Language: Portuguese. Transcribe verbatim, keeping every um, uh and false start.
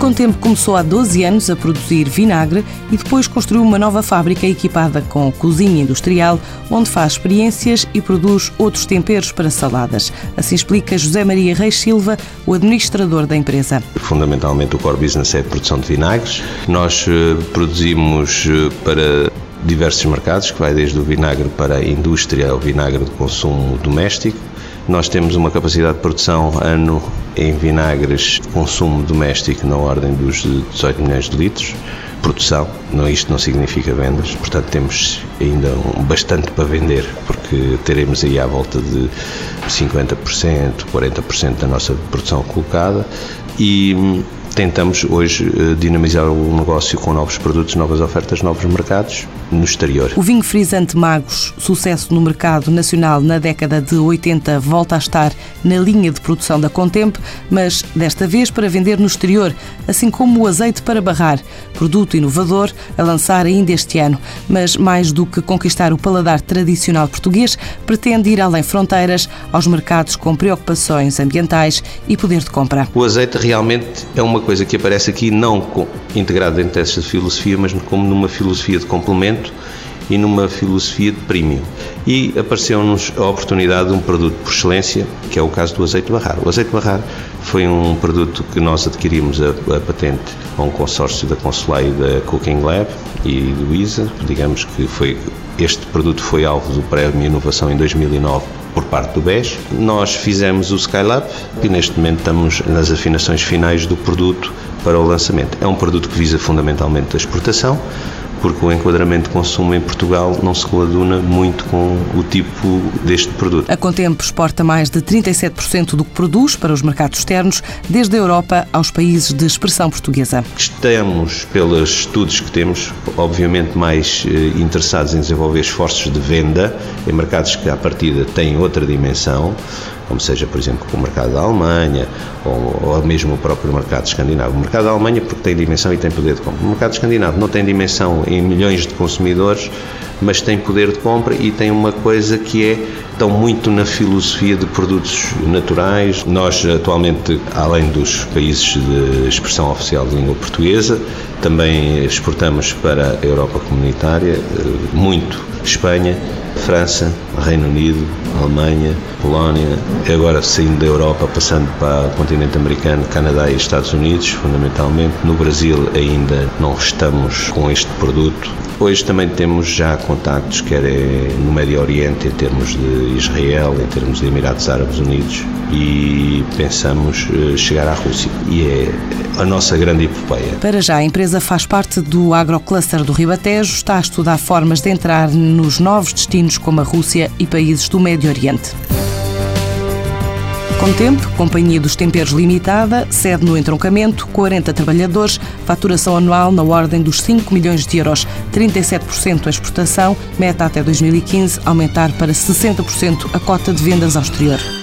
Contempo começou há doze anos a produzir vinagre e depois construiu uma nova fábrica equipada com cozinha industrial, onde faz experiências e produz outros temperos para saladas. Assim explica José Maria Reis Silva, o administrador da empresa. Fundamentalmente o core business é a produção de vinagres. Nós uh, produzimos uh, para diversos mercados, que vai desde o vinagre para a indústria ao vinagre de consumo doméstico. Nós temos uma capacidade de produção ano em vinagres de consumo doméstico na ordem dos dezoito milhões de litros. Produção, não, isto não significa vendas, portanto temos ainda um, bastante para vender, porque teremos aí à volta de cinquenta por cento, quarenta por cento da nossa produção colocada e tentamos hoje dinamizar o negócio com novos produtos, novas ofertas, novos mercados no exterior. O vinho frisante Magos, sucesso no mercado nacional na década de oitenta, volta a estar na linha de produção da Contempo, mas desta vez para vender no exterior, assim como o azeite para barrar, produto inovador a lançar ainda este ano. Mas mais do que conquistar o paladar tradicional português, pretende ir além fronteiras, aos mercados com preocupações ambientais e poder de compra. O azeite realmente é uma coisa que aparece aqui não integrado dentro desta filosofia, mas como numa filosofia de complemento e numa filosofia de premium. E apareceu-nos a oportunidade de um produto por excelência, que é o caso do azeite barrar. O azeite barrar foi um produto que nós adquirimos a, a patente a um consórcio da Consulei e da Cooking Lab e do I S A. Digamos que foi, este produto foi alvo do Prémio Inovação em dois mil e nove por parte do B E S. Nós fizemos o Skylab e neste momento estamos nas afinações finais do produto para o lançamento. É um produto que visa fundamentalmente a exportação, porque o enquadramento de consumo em Portugal não se coaduna muito com o tipo deste produto. A Contempo exporta mais de trinta e sete por cento do que produz para os mercados externos, desde a Europa aos países de expressão portuguesa. Estamos, pelos estudos que temos, obviamente mais eh, interessados em desenvolver esforços de venda em mercados que, à partida, têm outra dimensão, como seja, por exemplo, com o mercado da Alemanha ou, ou mesmo o próprio mercado escandinavo. O mercado da Alemanha porque tem dimensão e tem poder de compra. O mercado escandinavo não tem dimensão em milhões de consumidores, mas tem poder de compra e tem uma coisa que é, estão muito na filosofia de produtos naturais. Nós, atualmente, além dos países de expressão oficial de língua portuguesa, também exportamos para a Europa comunitária, muito Espanha, França, Reino Unido, Alemanha, Polónia, agora saindo da Europa, passando para o continente americano, Canadá e Estados Unidos, fundamentalmente. No Brasil ainda não estamos com este produto. Hoje também temos já contactos, quer no Médio Oriente, em termos de Israel, em termos de Emirados Árabes Unidos, e pensamos chegar à Rússia. E é a nossa grande epopeia. Para já, a empresa faz parte do agrocluster do Ribatejo, está a estudar formas de entrar nos novos destinos como a Rússia e países do Médio Oriente. Contempo, Companhia dos Temperos Limitada, sede no entroncamento, quarenta trabalhadores, faturação anual na ordem dos cinco milhões de euros, trinta e sete por cento a exportação, meta até dois mil e quinze aumentar para sessenta por cento a cota de vendas ao exterior.